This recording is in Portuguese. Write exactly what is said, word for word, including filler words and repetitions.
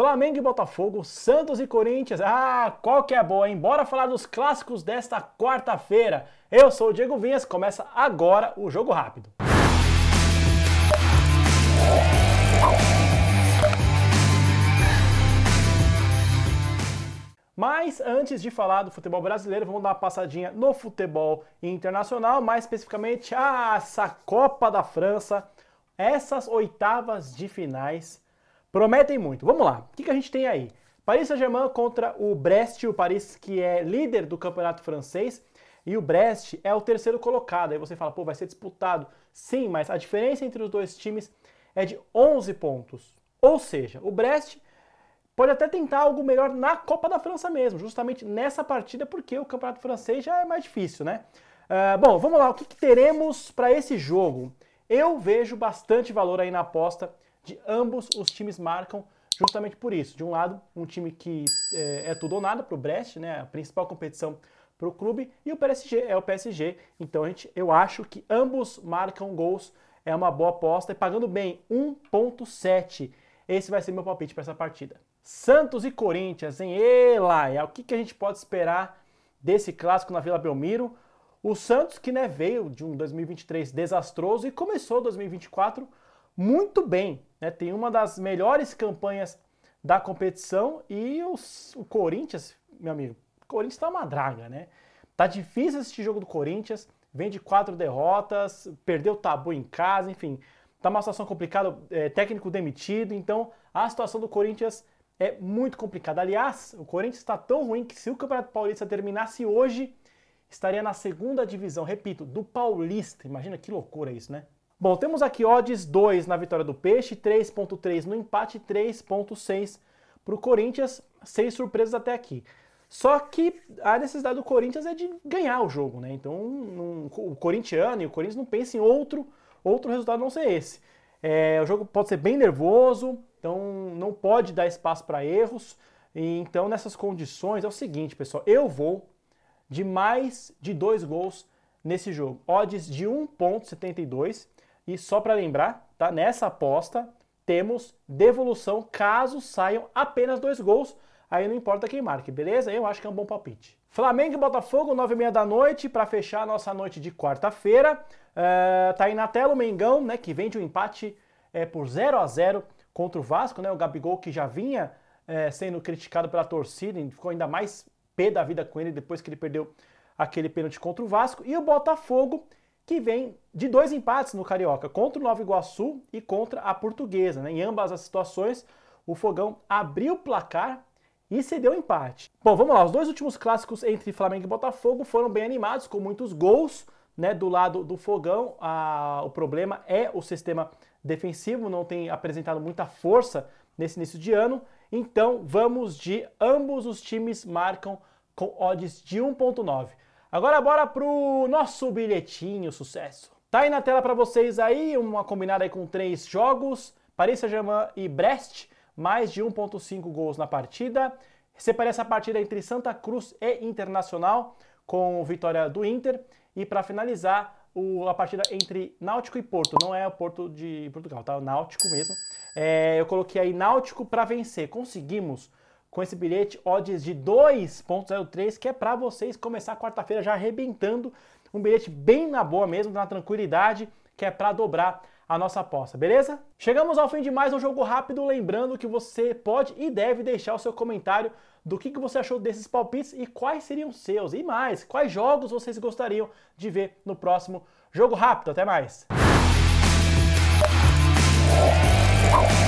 Flamengo e Botafogo, Santos e Corinthians. Ah, qual que é a boa, hein? Bora falar dos clássicos desta quarta-feira. Eu sou o Diego Vinhas, começa agora o Jogo Rápido. Mas antes de falar do futebol brasileiro, vamos dar uma passadinha no futebol internacional, mais especificamente ah, essa Copa da França, essas oitavas de finais. Prometem muito. Vamos lá. O que, que a gente tem aí? Paris Saint-Germain contra o Brest, o Paris que é líder do campeonato francês, e o Brest é o terceiro colocado. Aí você fala, pô, vai ser disputado. Sim, mas a diferença entre os dois times é de onze pontos. Ou seja, o Brest pode até tentar algo melhor na Copa da França mesmo, justamente nessa partida, porque o campeonato francês já é mais difícil, né? Uh, bom, vamos lá. O que, que teremos para esse jogo? Eu vejo bastante valor aí na aposta de ambos os times marcam justamente por isso. De um lado, um time que é, é tudo ou nada para o Brest, né, a principal competição para o clube, e o P S G é o P S G. Então, gente, eu acho que ambos marcam gols, é uma boa aposta, e pagando bem, um ponto sete. Esse vai ser meu palpite para essa partida. Santos e Corinthians, hein? E lá, o que, que a gente pode esperar desse clássico na Vila Belmiro? O Santos, que né, veio de um dois mil e vinte e três desastroso e começou dois mil e vinte e quatro muito bem, né? Tem uma das melhores campanhas da competição e os, o Corinthians, meu amigo, o Corinthians tá uma draga, né? Tá difícil assistir jogo do Corinthians, vem de quatro derrotas, perdeu o tabu em casa, enfim, tá uma situação complicada, é, técnico demitido, então a situação do Corinthians é muito complicada. Aliás, o Corinthians está tão ruim que se o Campeonato Paulista terminasse hoje, estaria na segunda divisão, repito, do Paulista. Imagina que loucura isso, né? Bom, temos aqui odds dois na vitória do Peixe, três ponto três no empate, três ponto seis para o Corinthians, seis surpresas até aqui. Só que a necessidade do Corinthians é de ganhar o jogo, né? Então um, o corintiano e o Corinthians não pensam em outro, outro resultado não ser esse. É, o jogo pode ser bem nervoso, então não pode dar espaço para erros. E, então nessas condições é o seguinte, pessoal, eu vou de mais de dois gols nesse jogo. Odds de um ponto setenta e dois. E só para lembrar, tá? Nessa aposta temos devolução caso saiam apenas dois gols. Aí não importa quem marque, beleza? Eu acho que é um bom palpite. Flamengo e Botafogo, nove e meia da noite, para fechar a nossa noite de quarta-feira. Uh, tá aí na tela o Mengão, né? Que vem de um empate é, por zero a zero contra o Vasco, né? O Gabigol que já vinha é, sendo criticado pela torcida e ficou ainda mais pé da vida com ele depois que ele perdeu aquele pênalti contra o Vasco. E o Botafogo, que vem de dois empates no Carioca, contra o Nova Iguaçu e contra a Portuguesa, né? Em ambas as situações, o Fogão abriu o placar e cedeu o empate. Bom, vamos lá, os dois últimos clássicos entre Flamengo e Botafogo foram bem animados, com muitos gols, né? Do lado do Fogão, a... o problema é o sistema defensivo, não tem apresentado muita força nesse início de ano, então vamos de ambos os times marcam com odds de um ponto nove. Agora bora pro nosso bilhetinho, sucesso. Tá aí na tela para vocês aí, uma combinada aí com três jogos, Paris Saint-Germain e Brest, mais de um ponto cinco gols na partida. Separei essa partida entre Santa Cruz e Internacional, com vitória do Inter. E para finalizar, o, a partida entre Náutico e Porto, não é o Porto de Portugal, tá? O Náutico mesmo. É, eu coloquei aí Náutico para vencer, conseguimos. Com esse bilhete, odds de dois ponto zero três, que é para vocês começar quarta-feira já arrebentando. Um bilhete bem na boa mesmo, na tranquilidade, que é para dobrar a nossa aposta, beleza? Chegamos ao fim de mais um Jogo Rápido, lembrando que você pode e deve deixar o seu comentário do que, que você achou desses palpites e quais seriam seus. E mais, quais jogos vocês gostariam de ver no próximo Jogo Rápido. Até mais!